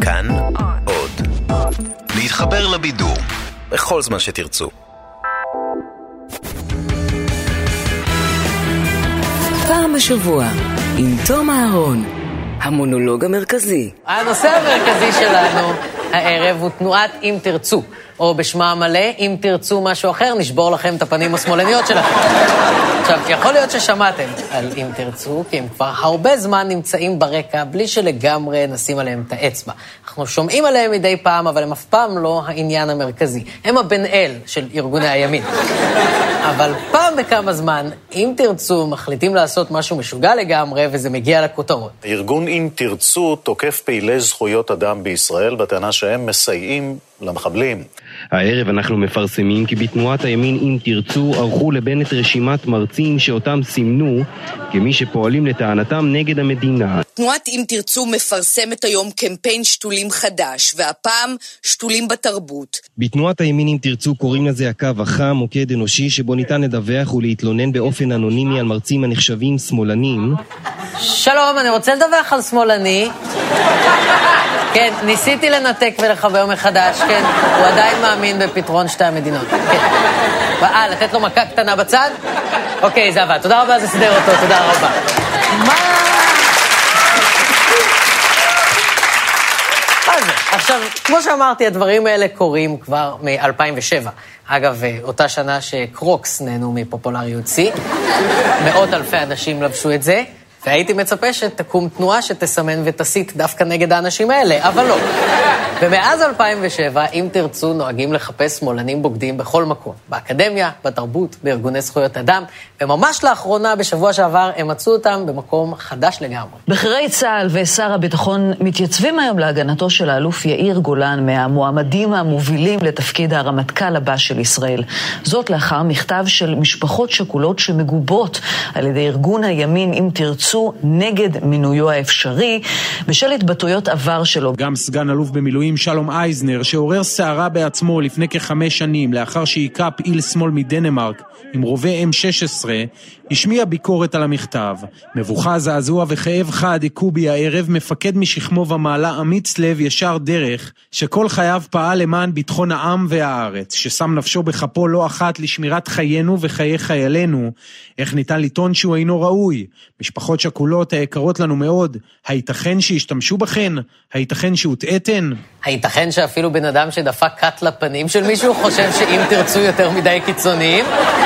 כאן עוד. להתחבר לבידור בכל זמן שתרצו. פעם בשבוע עם תום אהרון, המונולוג המרכזי. הנושא המרכזי שלנו הערב הוא תנועת אם תרצו, או בשמה המלא, אם תרצו משהו אחר, נשבור לכם את הפנים השמאלניות שלכם. עכשיו, יכול להיות ששמעתם על אם תרצו, כי הם כבר הרבה זמן נמצאים ברקע, בלי שלגמרי נשים עליהם את האצבע. אנחנו שומעים עליהם מדי פעם, אבל הם אף פעם לא העניין המרכזי. הם הבן אל של ארגוני הימין. אבל פעם בכמה זמן, אם תרצו, מחליטים לעשות משהו משוגע לגמרי, וזה מגיע לכותרות. ארגון אם תרצו תוקף פעילי זכויות אדם בישראל, בטענה שהם מסייעים למחבלים. הערב אנחנו מפרסמים כי בתנועת הימין אם תרצו ערכו לבנט רשימת מרצים שאותם סימנו כמי שפועלים לטענתם נגד המדינה. תנועת אם תרצו מפרסמת היום קמפיין שתולים חדש, והפעם שתולים בתרבות. בתנועת הימין אם תרצו קוראים לזה הקו החם, מוקד אנושי שבו ניתן לדווח ולהתלונן באופן אנונימי על מרצים הנחשבים שמאלנים. שלום, אני רוצה לדווח על שמאלני. כן, ניסיתי לנתק ולחבר מחדש, כן. הוא עדיין מאמין בפתרון שתי המדינות. כן. לתת לו מכה קטנה בצד? אוקיי, זה עבד. תודה רבה, זה סדר אותו. תודה רבה. מה זה? עכשיו, כמו שאמרתי, הדברים האלה קורים כבר מ-2007. אגב, אותה שנה שקרוקס נהנו מפופולריות שיא. מאות אלפי אנשים לבשו את זה. והייתי מצפה שתקום תנועה שתסמן ותסית דווקא נגד האנשים האלה, אבל לא. ומאז 2007, אם תרצו, נוהגים לחפש שמאלנים בוגדים בכל מקום. באקדמיה, בתרבות, בארגוני זכויות אדם, וממש לאחרונה, בשבוע שעבר, הם מצאו אותם במקום חדש לגמרי. בכירי צה"ל ושר הביטחון מתייצבים היום להגנתו של האלוף יאיר גולן, מהמועמדים המובילים לתפקיד הרמטכ"ל הבא של ישראל. זאת לאחר מכתב של משפחות שכולות שמגובות על ידי ארגון הימין אם תרצו נגד מינויו האפשרי, בשל התבטאויות עבר שלו. גם סגן אלוף במילואים שלום אייזנר, שעורר שערה בעצמו לפני כ5 שנים, לאחר שהיכה פעיל שמאל מדנמרק עם רובה M16, השמיע ביקורת על המכתב. מבוכה, זעזוע וכאב חד הכו בי הערב מפקד משכמו ומעלה אמיץ לב ישר דרך, שכל חייו פעל למען ביטחון העם והארץ, ששם נפשו בכפו לא אחת לשמירת חיינו וחיי חיילינו. איך ניתן לטעון שהוא אינו ראוי? משפחות שכולות היקרות לנו מאוד, הייתכן שישתמשו בכן? הייתכן שהוטעתן? הייתכן שאפילו בן אדם שדפק קט לפנים של מישהו חושב שאם תרצו יותר מדי קיצוניים?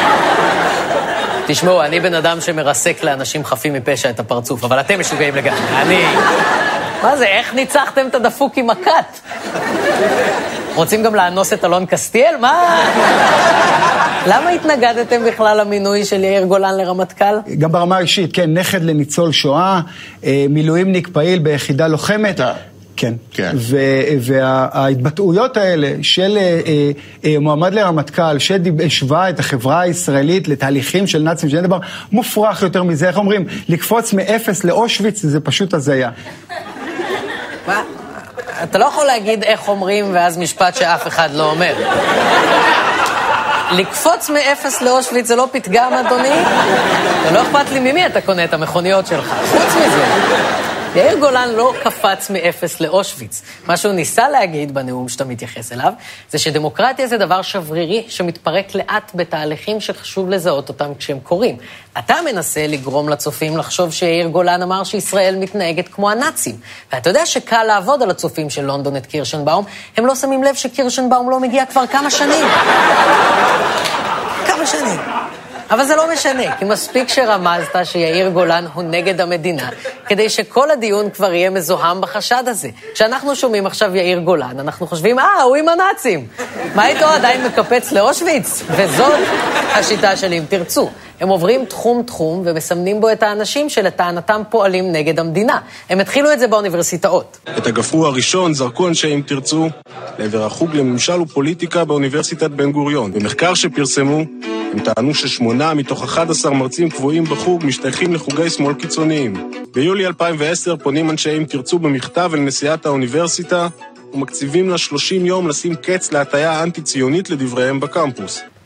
תשמעו, אני בן אדם שמרסק לאנשים חפים מפשע את הפרצוף, אבל אתם משוגעים לגמרי. מה זה, איך ניצחתם את הדפוק עם הקט? רוצים גם לאנוס את אלון קסטיאל? מה? למה התנגדתם בכלל למינוי של יאיר גולן לרמטכ"ל? גם ברמה האישית, כן, נכד לניצול שואה, מילואימניק פעיל ביחידה לוחמת. כן. וההתבטאויות האלה של מועמד לרמטכ"ל שהשווה את החברה הישראלית לתהליכים של נאצים, שאין דבר מופרך יותר מזה, איך אומרים, לקפוץ מאפס לאושוויץ, זה פשוט הזיה. מה? אתה לא יכול להגיד איך אומרים ואז משפט שאף אחד לא אומר. לקפוץ מאפס לאושוויץ זה לא פתגם, אדוני? זה לא אכפת לי ממי אתה קונה את המכוניות שלך. חוץ מזה, יאיר גולן לא קפץ מאפס לאושוויץ. מה שהוא ניסה להגיד בנאום שאתה מתייחס אליו, זה שדמוקרטיה זה דבר שברירי שמתפרק לאט בתהליכים שחשוב לזהות אותם כשהם קורים. אתה מנסה לגרום לצופים לחשוב שיאיר גולן אמר שישראל מתנהגת כמו הנאצים. ואתה יודע שקל לעבוד על הצופים של לונדון את קירשנבאום, הם לא שמים לב שקירשנבאום לא מגיע כבר כמה שנים. כמה שנים. אבל זה לא משנה, כי מספיק שרמזת שיאיר גולן הוא נגד המדינה, כדי שכל הדיון כבר יהיה מזוהם בחשד הזה. כשאנחנו שומעים עכשיו יאיר גולן, אנחנו חושבים, הוא עם הנאצים. מה איתו עדיין מקפץ לאושוויץ? וזאת השיטה של אם תרצו. הם עוברים תחום ומסמנים בו את האנשים שלטענתם פועלים נגד המדינה. הם התחילו את זה באוניברסיטאות. את הגפרוע הראשון זרקו אנשי אם תרצו לעבר החוג לממשל ופוליטיקה באוניברסיטת בן גוריון. במחקר שפרסמו, הם טענו ש8 מתוך 11 מרצים קבועים בחוג משתייכים לחוגי שמאל קיצוניים. ביולי 2010 פונים אנשי אם תרצו במכתב אל נשיאת האוניברסיטה ומקציבים לה 30 יום לשים קץ להטיה האנטי-ציונית לדבריהם בקמפוס.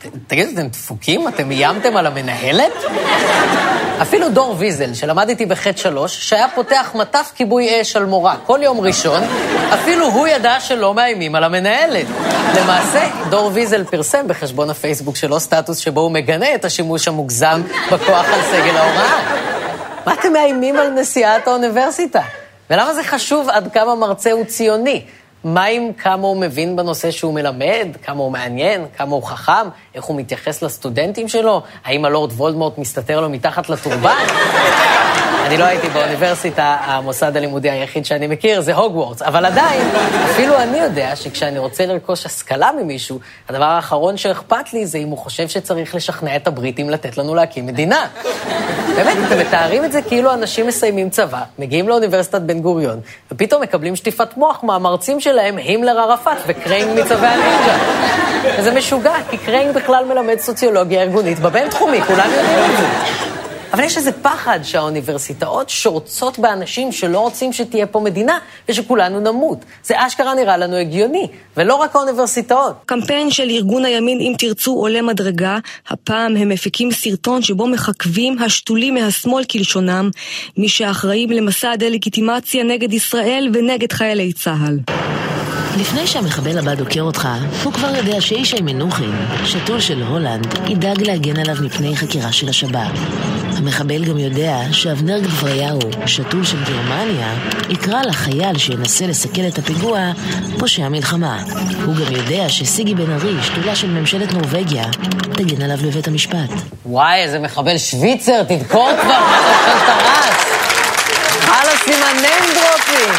תגידו, אתם דפוקים? אתם איימתם על המנהלת? אפילו דור ויזל, שלמד איתי בחטא 3, שהיה פותח מטף כיבוי אש על מורה כל יום ראשון, אפילו הוא ידע שלא מאיימים על המנהלת. למעשה, דור ויזל פרסם בחשבון הפייסבוק שלו סטטוס שבו הוא מגנה את השימוש המוגזם בכוח על סגל ההוראה. מה אתם מאיימים על נשיאת האוניברסיטה? ולמה זה חשוב עד כמה מרצה הוא ציוני? מה אם כמה הוא מבין בנושא שהוא מלמד, כמה הוא מעניין, כמה הוא חכם, איך הוא מתייחס לסטודנטים שלו, האם הלורד וולדמורט מסתתר לו מתחת לטורבן? אני לא הייתי באוניברסיטה, המוסד הלימודי היחיד שאני מכיר זה הוגוורטס, אבל עדיין, אפילו אני יודע שכשאני רוצה לרכוש השכלה ממישהו, הדבר האחרון שאכפת לי זה אם הוא חושב שצריך לשכנע את הבריטים לתת לנו להקים מדינה. באמת, אתם מתארים את זה כאילו אנשים מסיימים צבא, מגיעים לאוניברסיטת בן גוריון, ופתאום מקבלים שטיפת מוח מהמרצים שלהם, הימלר ערפאת וקריין מצווי הנינג'ה. וזה משוגע, כי קריין בכלל מלמד סוציולוגיה ארגונית בבינתחומי, כולם יודעים את זה. אבל יש איזה פחד שהאוניברסיטאות שורצות באנשים שלא רוצים שתהיה פה מדינה ושכולנו נמות. זה אשכרה נראה לנו הגיוני, ולא רק האוניברסיטאות. קמפיין של ארגון הימין אם תרצו עולה מדרגה, הפעם הם מפיקים סרטון שבו מחכבים השתולים מהשמאל כלשונם, מי שאחראים למסע הדה-לגיטימציה נגד ישראל ונגד חיילי צה"ל. לפני שהמחבל הבא דוקר אותך, הוא כבר יודע שאישי מנוחין, שתול של הולנד, ידאג להגן עליו מפני חקירה של השב"כ. המחבל גם יודע שאבנר גבריהו, שתול של גרמניה, יקרא לחייל שינסה לסכל את הפיגוע פושע מלחמה. הוא גם יודע שסיגי בן ארי, שתולה של ממשלת נורווגיה, תגן עליו בבית המשפט. וואי, איזה מחבל שוויצר, תדקור כבר, מה אתה אוכל את הרס? הלאה סימנים דרופים.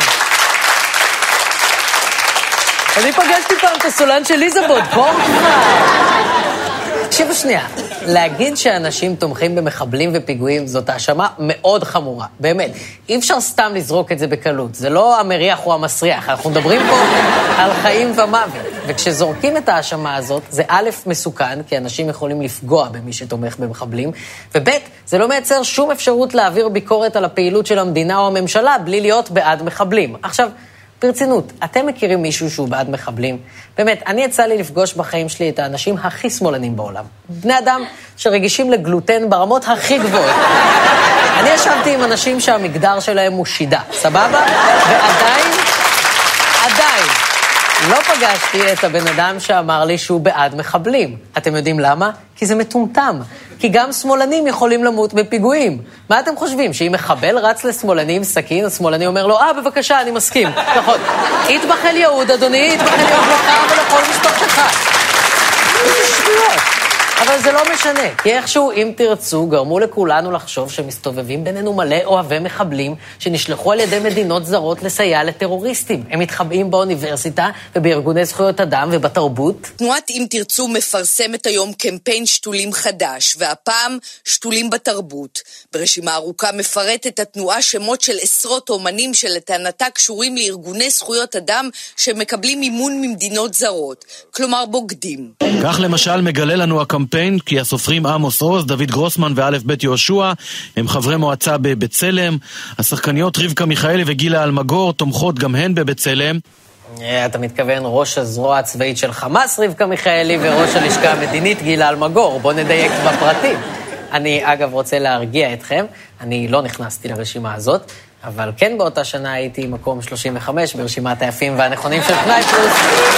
אני פגשתי פעם את הסולן של ליזבוד, פורטמן. תקשיבו שנייה, להגיד שאנשים תומכים במחבלים ופיגועים זאת האשמה מאוד חמורה, באמת. אי אפשר סתם לזרוק את זה בקלות, זה לא המריח או המסריח, אנחנו מדברים פה על חיים ומוות. וכשזורקים את האשמה הזאת, זה א' מסוכן, כי אנשים יכולים לפגוע במי שתומך במחבלים, וב' זה לא מייצר שום אפשרות להעביר ביקורת על הפעילות של המדינה או הממשלה בלי להיות בעד מחבלים. עכשיו, ברצינות, אתם מכירים מישהו שהוא בעד מחבלים? באמת, אני יצא לי לפגוש בחיים שלי את האנשים הכי שמאלנים בעולם. בני אדם שרגישים לגלוטן ברמות הכי גבוהות. אני ישבתי עם אנשים שהמגדר שלהם הוא שידה, סבבה? ועדיין, לא פגשתי את הבן אדם שאמר לי שהוא בעד מחבלים. אתם יודעים למה? כי זה מטומטם. כי גם שמאלנים יכולים למות בפיגועים. מה אתם חושבים? שאם מחבל רץ לשמאלני עם סכין, השמאלני אומר לו, בבקשה, אני מסכים. נכון. יתבח אל יהוד, אדוני, יתבח אל יהוד לך ולכל משפחתך. איזה שטויות. אבל זה לא משנה, כי איכשהו, אם תרצו, גרמו לכולנו לחשוב שמסתובבים בינינו מלא אוהבי מחבלים שנשלחו על ידי מדינות זרות לסייע לטרוריסטים. הם מתחבאים באוניברסיטה ובארגוני זכויות אדם ובתרבות. תנועת אם תרצו מפרסמת היום קמפיין שתולים חדש, והפעם שתולים בתרבות. ברשימה ארוכה מפרטת התנועה שמות של עשרות אומנים שלטענתה קשורים לארגוני זכויות אדם שמקבלים מימון ממדינות זרות, כלומר בוגדים. כך למשל מגלה לנו הקמפיין כי הסופרים עמוס עוז, דוד גרוסמן ואלף בית יהושע הם חברי מועצה בבצלם. השחקניות רבקה מיכאלי וגילה אלמגור תומכות גם הן בבצלם. אתה מתכוון ראש הזרוע הצבאית של חמאס רבקה מיכאלי וראש הלשכה המדינית גילה אלמגור. בוא נדייק בפרטים. אני אגב רוצה להרגיע אתכם, אני לא נכנסתי לרשימה הזאת, אבל כן באותה שנה הייתי מקום 35 ברשימת היפים והנכונים של פנאי פלוס.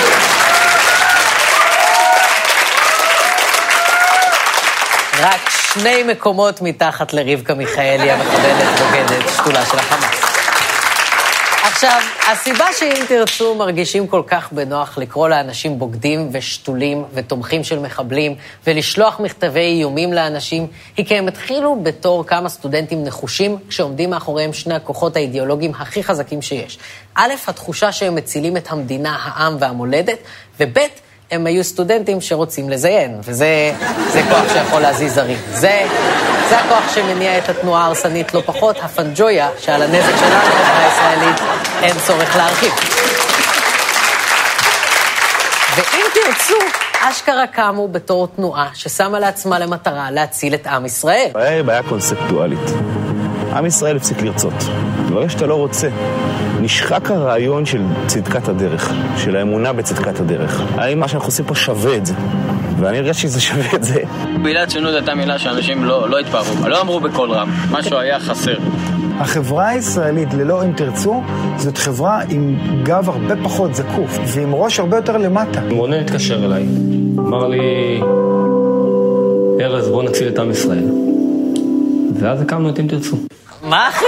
רק 2 מקומות מתחת לרבקה מיכאלי המחבלת בוגדת שתולה של החמאס. עכשיו, הסיבה שאם תרצו מרגישים כל כך בנוח לקרוא לאנשים בוגדים ושתולים ותומכים של מחבלים ולשלוח מכתבי איומים לאנשים, היא כי הם התחילו בתור כמה סטודנטים נחושים כשעומדים מאחוריהם 2 הכוחות האידיאולוגיים הכי חזקים שיש. א', התחושה שהם מצילים את המדינה, העם והמולדת, וב', הם היו סטודנטים שרוצים לזיין, וזה כוח שיכול להזיז זרים. זה הכוח שמניע את התנועה ההרסנית לא פחות, הפנג'ויה, שעל הנזק שלנו הישראלית אין צורך להרחיב. ואם תרצו, אשכרה קמו בתור תנועה ששמה לעצמה למטרה להציל את עם ישראל. הבעיה היא בעיה קונספטואלית. עם ישראל הפסיק לרצות. ברגע שאתה לא רוצה, נשחק הרעיון של צדקת הדרך, של האמונה בצדקת הדרך. האם מה שאנחנו עושים פה שווה את זה? ואני הרגש שזה שווה את זה. מילה ציונות הייתה מילה שאנשים לא התפארו, לא אמרו בקול רם, משהו היה חסר. החברה הישראלית, ללא אם תרצו, זאת חברה עם גב הרבה פחות זקוף, ועם ראש הרבה יותר למטה. רונן התקשר אליי, אמר לי, ארז, בוא נציל את עם ישראל. ואז הקמנו את אם תרצו. מה אחי?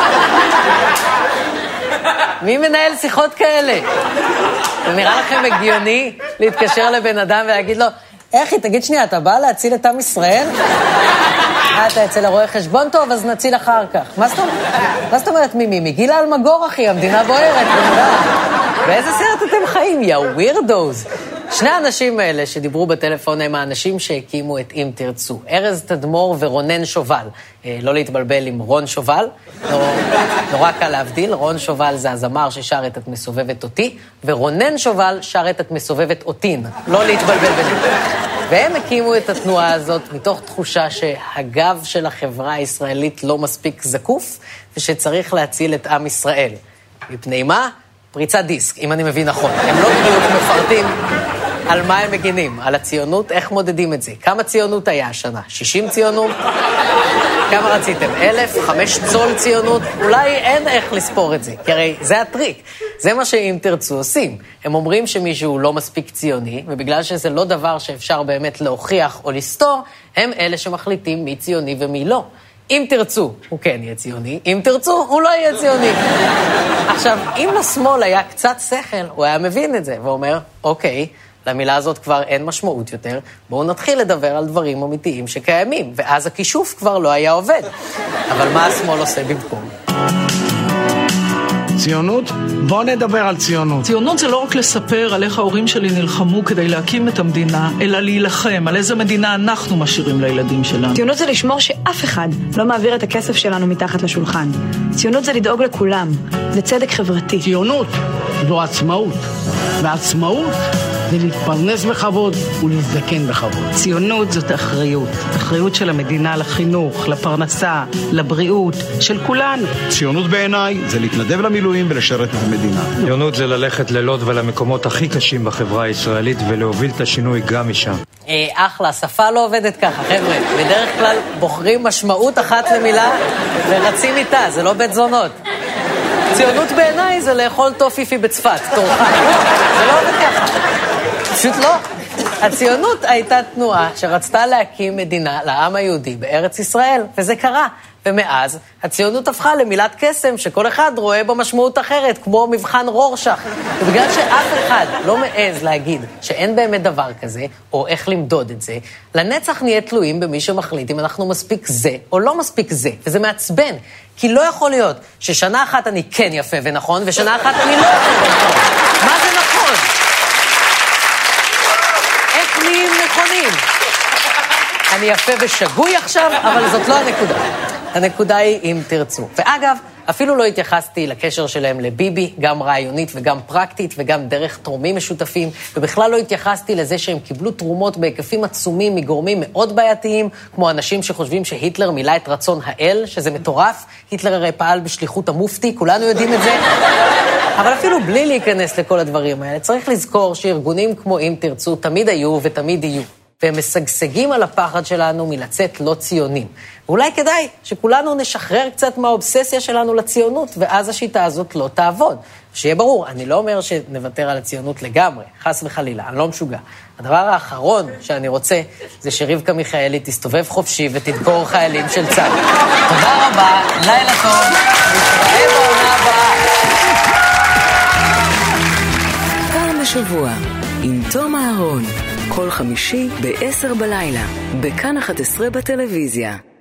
מי מנהל שיחות כאלה? זה נראה לכם הגיוני להתקשר לבן אדם ולהגיד לו, אחי, תגיד שנייה, אתה בא להציל את עם ישראל? אתה אצל הרואה חשבון טוב, אז נציל אחר כך. מה זאת אומרת מימי? מגילה אלמגור, אחי, המדינה בוערת. באיזה סרט אתם חיים, יא ווירדוז? שני האנשים האלה שדיברו בטלפון הם האנשים שהקימו את אם תרצו. ארז תדמור ורונן שובל. לא להתבלבל עם רון שובל. נורא קל להבדיל. רון שובל זה הזמר ששר את מסובבת אותי, ורונן שובל שר את מסובבת אותין. לא להתבלבל ביניהם. והם הקימו את התנועה הזאת מתוך תחושה שהגב של החברה הישראלית לא מספיק זקוף, ושצריך להציל את עם ישראל. מפני מה? פריצת דיסק, אם אני מבין נכון. הם לא בדיוק מפרטים על מה הם מגינים, על הציונות, איך מודדים את זה. כמה ציונות היה השנה? 60 ציונות? כמה רציתם? 1,000? 5 צול ציונות? אולי אין איך לספור את זה, כי הרי זה הטריק. זה מה שאם תרצו עושים. הם אומרים שמישהו לא מספיק ציוני, ובגלל שזה לא דבר שאפשר באמת להוכיח או לסתור, הם אלה שמחליטים מי ציוני ומי לא. אם תרצו, הוא כן יהיה ציוני, אם תרצו, הוא לא יהיה ציוני. עכשיו, אם לשמאל היה קצת שכל, הוא היה מבין את זה, ואומר, אוקיי, למילה הזאת כבר אין משמעות יותר, בואו נתחיל לדבר על דברים אמיתיים שקיימים, ואז הכישוף כבר לא היה עובד. אבל מה השמאל עושה במקום? ציונות? בוא נדבר על ציונות. ציונות זה לא רק לספר על איך ההורים שלי נלחמו כדי להקים את המדינה, אלא להילחם על איזה מדינה אנחנו משאירים לילדים שלנו. ציונות זה לשמור שאף אחד לא מעביר את הכסף שלנו מתחת לשולחן. ציונות זה לדאוג לכולם, זה צדק חברתי. ציונות זו עצמאות, ועצמאות זה להתפרנס בכבוד ולהזדקן בכבוד. ציונות זאת אחריות. אחריות של המדינה לחינוך, לפרנסה, לבריאות, של כולנו. ציונות בעיניי זה להתנדב למילואים ולשרת את המדינה. ציונות זה ללכת ללוד ולמקומות הכי קשים בחברה הישראלית ולהוביל את השינוי גם משם. אחלה, שפה לא עובדת ככה, חבר'ה. בדרך כלל בוחרים משמעות אחת למילה ורצים איתה, זה לא בית זונות. ציונות בעיניי זה לאכול טופיפי בצפת, תורך. זה לא עובד ככה. פשוט לא. הציונות הייתה תנועה שרצתה להקים מדינה לעם היהודי בארץ ישראל, וזה קרה. ומאז הציונות הפכה למילת קסם שכל אחד רואה בה משמעות אחרת, כמו מבחן רורשך. ובגלל שאף אחד לא מעז להגיד שאין באמת דבר כזה, או איך למדוד את זה, לנצח נהיה תלויים במי שמחליט אם אנחנו מספיק זה או לא מספיק זה. וזה מעצבן, כי לא יכול להיות ששנה אחת אני כן יפה ונכון, ושנה אחת אני לא יפה ונכון. מה זה נכון? איך נהיים נכונים? אני יפה ושגוי עכשיו, אבל זאת לא הנקודה. הנקודה היא אם תרצו. ואגב, אפילו לא התייחסתי לקשר שלהם לביבי, גם רעיונית וגם פרקטית וגם דרך תורמים משותפים, ובכלל לא התייחסתי לזה שהם קיבלו תרומות בהיקפים עצומים מגורמים מאוד בעייתיים, כמו אנשים שחושבים שהיטלר מילא את רצון האל, שזה מטורף. היטלר הרי פעל בשליחות המופתי, כולנו יודעים את זה. אבל אפילו בלי להיכנס לכל הדברים האלה, צריך לזכור שארגונים כמו אם תרצו תמיד היו ותמיד יהיו. והם משגשגים על הפחד שלנו מלצאת לא ציונים. ואולי כדאי שכולנו נשחרר קצת מהאובססיה שלנו לציונות, ואז השיטה הזאת לא תעבוד. שיהיה ברור, אני לא אומר שנוותר על הציונות לגמרי, חס וחלילה, אני לא משוגע. הדבר האחרון שאני רוצה זה שרבקה מיכאלי תסתובב חופשי ותדקור חיילים של צה"ל. תודה רבה, לילה טוב, נתראה בעונה הבאה. פעם בשבוע, עם תום אהרון. כל חמישי ב-10 בלילה, בכאן 11 בטלוויזיה.